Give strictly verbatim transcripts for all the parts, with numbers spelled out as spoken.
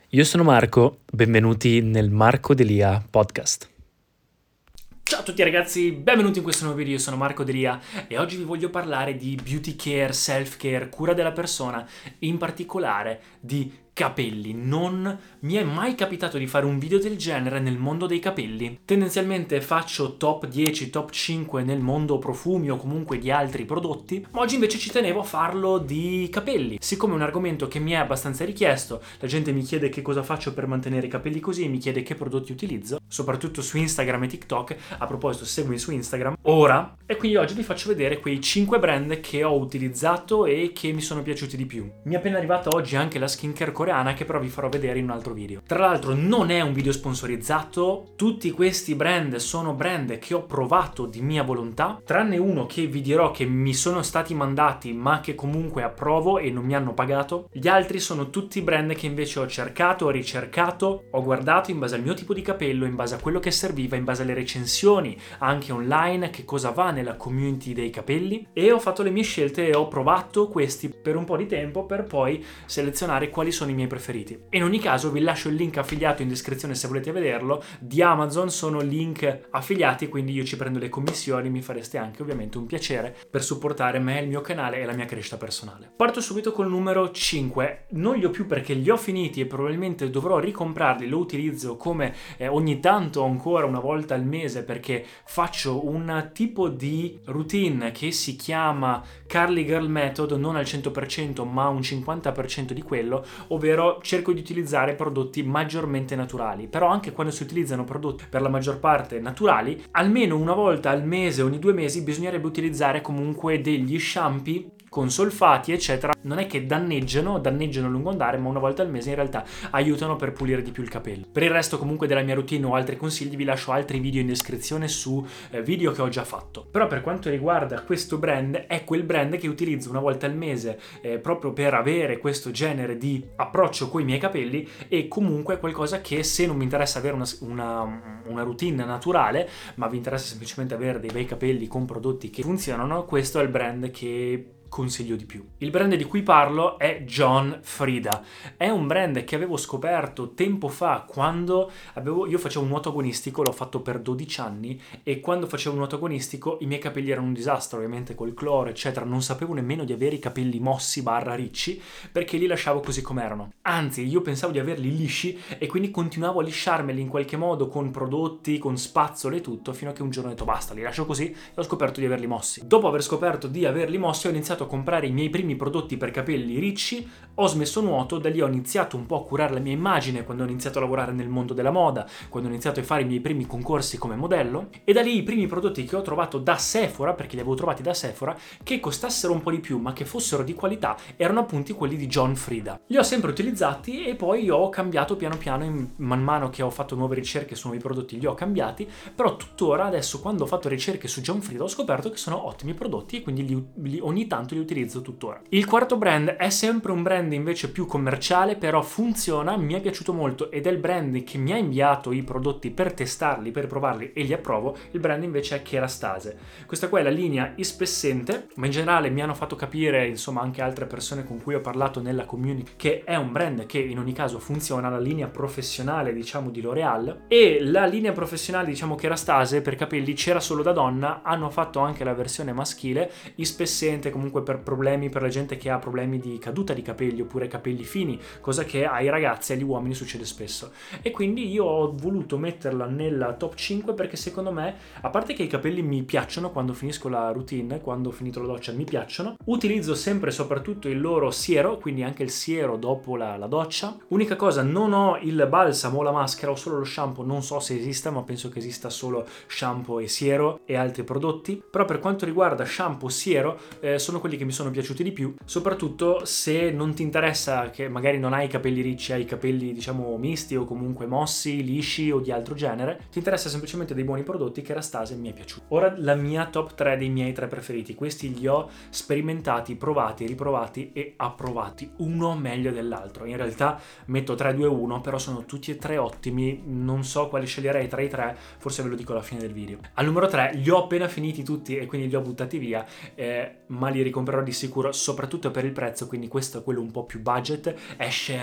Io sono Marco, benvenuti nel Marco Delia podcast. Ciao a tutti ragazzi, benvenuti in questo nuovo video, io sono Marco Delia e oggi vi voglio parlare di beauty care, self care, cura della persona, in particolare di capelli. Non mi è mai capitato di fare un video del genere nel mondo dei capelli. Tendenzialmente faccio top dieci, top cinque nel mondo profumi o comunque di altri prodotti, ma oggi invece ci tenevo a farlo di capelli. Siccome è un argomento che mi è abbastanza richiesto, la gente mi chiede che cosa faccio per mantenere i capelli così, mi chiede che prodotti utilizzo, soprattutto su Instagram e TikTok. A proposito, seguimi su Instagram ora, e quindi oggi vi faccio vedere quei cinque brand che ho utilizzato e che mi sono piaciuti di più. Mi è appena arrivata oggi anche la skincare coreana, che però vi farò vedere in un altro video. Tra l'altro non è un video sponsorizzato, tutti questi brand sono brand che ho provato di mia volontà, tranne uno che vi dirò che mi sono stati mandati ma che comunque approvo e non mi hanno pagato. Gli altri sono tutti brand che invece ho cercato, ho ricercato, ho guardato in base al mio tipo di capello, in base a quello che serviva, in base alle recensioni anche online, che cosa va nella community dei capelli, e ho fatto le mie scelte e ho provato questi per un po' di tempo per poi selezionare quali sono i miei preferiti. In ogni caso vi lascio il link affiliato in descrizione se volete vederlo. Di Amazon sono link affiliati, quindi io ci prendo le commissioni, mi fareste anche ovviamente un piacere per supportare me, il mio canale e la mia crescita personale. Parto subito col numero cinque, non li ho più perché li ho finiti e probabilmente dovrò ricomprarli, lo utilizzo come eh, ogni tanto ancora una volta al mese perché faccio un tipo di routine che si chiama Curly Girl Method, non al cento per cento ma un cinquanta per cento di quello, ovvero cerco di utilizzare prodotti maggiormente naturali. Però anche quando si utilizzano prodotti per la maggior parte naturali, almeno una volta al mese, ogni due mesi, bisognerebbe utilizzare comunque degli shampoo con solfati eccetera. Non è che danneggiano, danneggiano a lungo andare, ma una volta al mese in realtà aiutano per pulire di più il capello. Per il resto comunque della mia routine o altri consigli vi lascio altri video in descrizione su eh, video che ho già fatto. Però per quanto riguarda questo brand, è quel brand che utilizzo una volta al mese eh, proprio per avere questo genere di approccio con i miei capelli, e comunque è qualcosa che, se non mi interessa avere una, una, una routine naturale ma vi interessa semplicemente avere dei bei capelli con prodotti che funzionano, questo è il brand che consiglio di più. Il brand di cui parlo è John Frieda. È un brand che avevo scoperto tempo fa quando avevo, io facevo un nuoto agonistico, l'ho fatto per dodici anni, e quando facevo un nuoto agonistico i miei capelli erano un disastro, ovviamente col cloro eccetera, non sapevo nemmeno di avere i capelli mossi barra ricci perché li lasciavo così com'erano. Anzi, io pensavo di averli lisci e quindi continuavo a lisciarmeli in qualche modo con prodotti, con spazzole e tutto, fino a che un giorno ho detto basta, li lascio così, e ho scoperto di averli mossi. Dopo aver scoperto di averli mossi ho iniziato a comprare i miei primi prodotti per capelli ricci, ho smesso nuoto, da lì ho iniziato un po' a curare la mia immagine quando ho iniziato a lavorare nel mondo della moda, quando ho iniziato a fare i miei primi concorsi come modello, e da lì i primi prodotti che ho trovato da Sephora, perché li avevo trovati da Sephora, che costassero un po' di più ma che fossero di qualità, erano appunto quelli di John Frieda. Li ho sempre utilizzati e poi ho cambiato piano piano, in man mano che ho fatto nuove ricerche su nuovi prodotti li ho cambiati, però tuttora adesso quando ho fatto ricerche su John Frieda ho scoperto che sono ottimi prodotti e quindi li, li, ogni tanto li utilizzo tuttora. Il quarto brand è sempre un brand invece più commerciale, però funziona, mi è piaciuto molto ed è il brand che mi ha inviato i prodotti per testarli, per provarli e li approvo. Il brand invece è Kerastase. Questa qua è la linea ispessente, ma in generale mi hanno fatto capire, insomma anche altre persone con cui ho parlato nella community, che è un brand che in ogni caso funziona, la linea professionale diciamo di L'Oreal, e la linea professionale diciamo Kerastase per capelli c'era solo da donna, hanno fatto anche la versione maschile ispessente, comunque per problemi, per la gente che ha problemi di caduta di capelli oppure capelli fini, cosa che ai ragazzi e agli uomini succede spesso, e quindi io ho voluto metterla nella top cinque perché secondo me, a parte che i capelli mi piacciono quando finisco la routine, quando ho finito la doccia mi piacciono, utilizzo sempre soprattutto il loro siero, quindi anche il siero dopo la, la doccia. Unica cosa, non ho il balsamo o la maschera, ho solo lo shampoo, non so se esista ma penso che esista solo shampoo e siero e altri prodotti, però per quanto riguarda shampoo, siero eh, sono quelli che mi sono piaciuti di più, soprattutto se non ti interessa, che magari non hai i capelli ricci, hai i capelli diciamo misti o comunque mossi, lisci o di altro genere, ti interessa semplicemente dei buoni prodotti. Kerastase mi è piaciuto. Ora la mia top tre dei miei tre preferiti, questi li ho sperimentati, provati, riprovati e approvati, uno meglio dell'altro. In realtà metto tre, due, uno, però sono tutti e tre ottimi, non so quali sceglierei tra i tre, forse ve lo dico alla fine del video. Al numero tre li ho appena finiti tutti e quindi li ho buttati via, eh, ma li ricomprerò di sicuro, soprattutto per il prezzo, quindi questo è quello un po' più budget. Esce a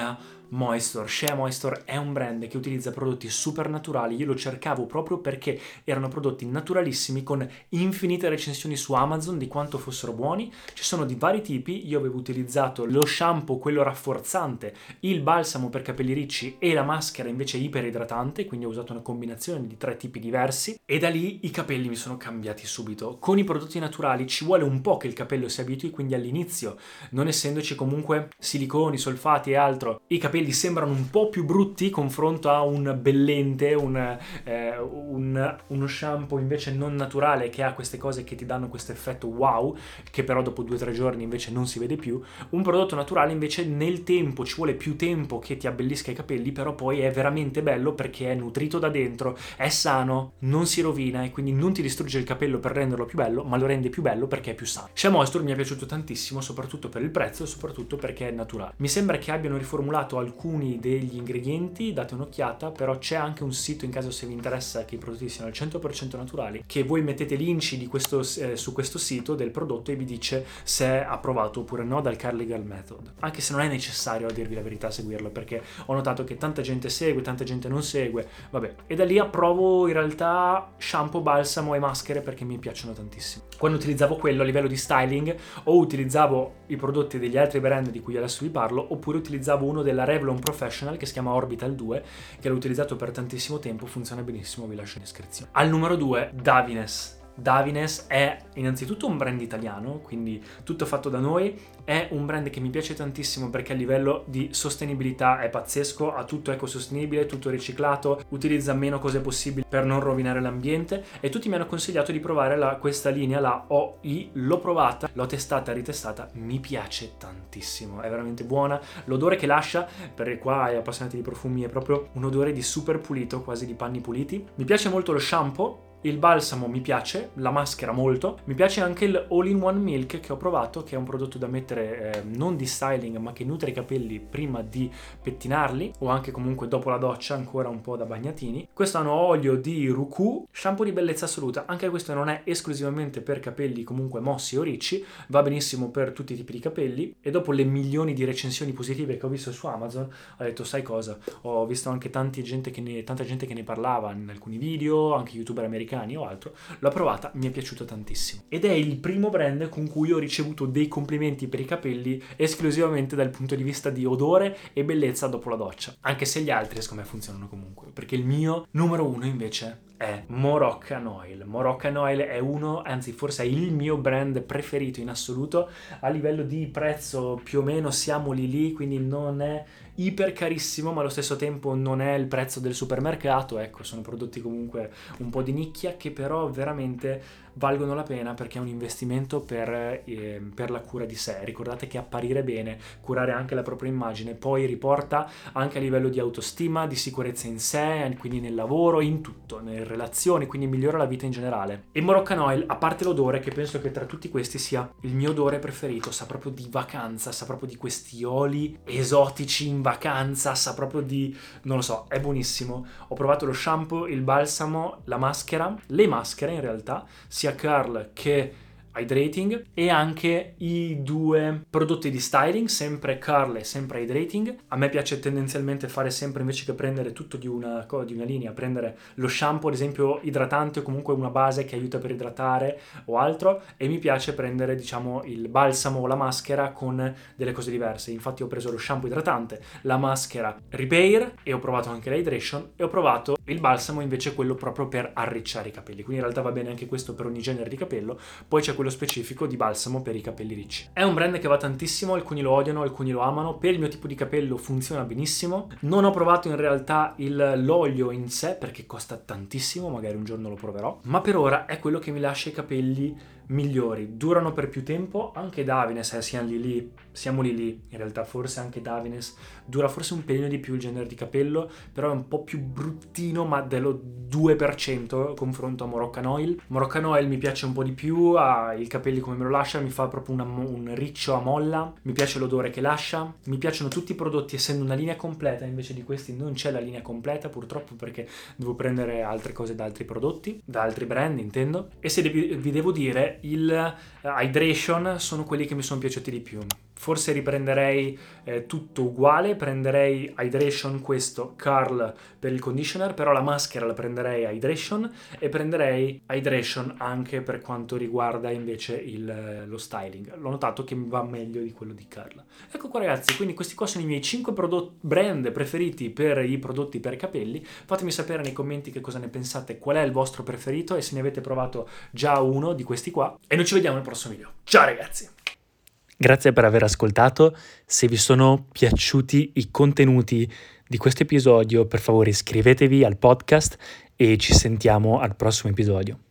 Moisture. Shea Moisture è un brand che utilizza prodotti super naturali, io lo cercavo proprio perché erano prodotti naturalissimi con infinite recensioni su Amazon di quanto fossero buoni, ci sono di vari tipi, io avevo utilizzato lo shampoo, quello rafforzante, il balsamo per capelli ricci e la maschera invece iperidratante, quindi ho usato una combinazione di tre tipi diversi e da lì i capelli mi sono cambiati subito. Con i prodotti naturali ci vuole un po' che il capello si abitui, quindi all'inizio, non essendoci comunque siliconi, solfati e altro, i capelli sembrano un po' più brutti confronto a un bellente, un, eh, un, uno shampoo invece non naturale che ha queste cose che ti danno questo effetto wow, che però dopo due o tre giorni invece non si vede più. Un prodotto naturale invece nel tempo, ci vuole più tempo che ti abbellisca i capelli, però poi è veramente bello perché è nutrito da dentro, è sano, non si rovina e quindi non ti distrugge il capello per renderlo più bello, ma lo rende più bello perché è più sano. Shea Moisture mi è piaciuto tantissimo, soprattutto per il prezzo e soprattutto perché è naturale. Mi sembra che abbiano riformulato alcuni degli ingredienti, date un'occhiata, però c'è anche un sito, in caso se vi interessa che i prodotti siano al cento per cento naturali, che voi mettete l'inci di questo, eh, su questo sito del prodotto e vi dice se è approvato oppure no dal Carligal Method, anche se non è necessario, a dirvi la verità, seguirlo, perché ho notato che tanta gente segue, tanta gente non segue, vabbè, e da lì approvo in realtà shampoo, balsamo e maschere perché mi piacciono tantissimo. Quando utilizzavo quello a livello di styling o utilizzavo i prodotti degli altri brand di cui adesso vi parlo, oppure utilizzavo uno della Revlon Professional che si chiama Orbital due, che l'ho utilizzato per tantissimo tempo, funziona benissimo, vi lascio in descrizione. Al numero due, Davines. Davines è innanzitutto un brand italiano, quindi tutto fatto da noi, è un brand che mi piace tantissimo perché a livello di sostenibilità è pazzesco, ha tutto ecosostenibile, tutto riciclato, utilizza meno cose possibili per non rovinare l'ambiente e tutti mi hanno consigliato di provare la, questa linea, la O I, l'ho provata, l'ho testata e ritestata, mi piace tantissimo, è veramente buona, l'odore che lascia, per qua ai appassionati di profumi, è proprio un odore di super pulito, quasi di panni puliti. Mi piace molto lo shampoo, il balsamo mi piace, la maschera molto, mi piace anche il All-in-One Milk che ho provato, che è un prodotto da mettere eh, non di styling ma che nutre i capelli prima di pettinarli o anche comunque dopo la doccia, ancora un po' da bagnatini. Questo hanno olio di Ruku, shampoo di bellezza assoluta, anche questo non è esclusivamente per capelli comunque mossi o ricci, va benissimo per tutti i tipi di capelli e dopo le milioni di recensioni positive che ho visto su Amazon ho detto sai cosa, ho visto anche tanta gente che ne, tanta gente che ne parlava in alcuni video, anche youtuber americani o altro, l'ho provata, mi è piaciuto tantissimo ed è il primo brand con cui ho ricevuto dei complimenti per i capelli esclusivamente dal punto di vista di odore e bellezza dopo la doccia, anche se gli altri secondo me funzionano comunque, perché il mio numero uno invece è Moroccan Oil. Moroccan Oil è uno, anzi forse è il mio brand preferito in assoluto, a livello di prezzo più o meno siamo lì lì, quindi non è iper carissimo ma allo stesso tempo non è il prezzo del supermercato, ecco, sono prodotti comunque un po' di nicchia che però veramente valgono la pena perché è un investimento per, eh, per la cura di sé. Ricordate che apparire bene, curare anche la propria immagine poi riporta anche a livello di autostima, di sicurezza in sé, quindi nel lavoro, in tutto, nelle relazioni, quindi migliora la vita in generale. E Moroccan Oil, a parte l'odore, che penso che tra tutti questi sia il mio odore preferito, sa proprio di vacanza, sa proprio di questi oli esotici in vacanza, sa proprio di, non lo so, è buonissimo. Ho provato lo shampoo, il balsamo, la maschera, le maschere in realtà, sia curl che hydrating e anche i due prodotti di styling, sempre curl e sempre hydrating. A me piace tendenzialmente fare sempre, invece che prendere tutto di una, di una linea, prendere lo shampoo ad esempio idratante o comunque una base che aiuta per idratare o altro, e mi piace prendere diciamo il balsamo o la maschera con delle cose diverse. Infatti ho preso lo shampoo idratante, la maschera repair e ho provato anche l'hydration e ho provato il balsamo invece quello proprio per arricciare i capelli, quindi in realtà va bene anche questo per ogni genere di capello. Poi c'è quello specifico di balsamo per i capelli ricci. È un brand che va tantissimo, alcuni lo odiano, alcuni lo amano, per il mio tipo di capello funziona benissimo. Non ho provato in realtà il, l'olio in sé perché costa tantissimo, magari un giorno lo proverò, ma per ora è quello che mi lascia i capelli migliori, durano per più tempo. Anche Davines, eh, siamo lì lì, siamo lì lì, in realtà forse anche Davines dura forse un pelino di più il genere di capello, però è un po' più bruttino, ma dello due per cento confronto a Moroccan Oil. Moroccan Oil mi piace un po' di più, ha i capelli come me lo lascia, mi fa proprio una, un riccio a molla, mi piace l'odore che lascia, mi piacciono tutti i prodotti, essendo una linea completa, invece di questi non c'è la linea completa purtroppo perché devo prendere altre cose da altri prodotti, da altri brand intendo, e se vi devo dire il hydration sono quelli che mi sono piaciuti di più. forse riprenderei eh, tutto uguale, prenderei Hydration, questo Curl per il conditioner, però la maschera la prenderei Hydration e prenderei Hydration anche per quanto riguarda invece il, lo styling. L'ho notato che mi va meglio di quello di Curl. Ecco qua ragazzi, quindi questi qua sono i miei cinque prodotti, brand preferiti per i prodotti per capelli. Fatemi sapere nei commenti che cosa ne pensate, qual è il vostro preferito e se ne avete provato già uno di questi qua. E noi ci vediamo nel prossimo video. Ciao ragazzi! Grazie per aver ascoltato. Se vi sono piaciuti i contenuti di questo episodio, per favore iscrivetevi al podcast e ci sentiamo al prossimo episodio.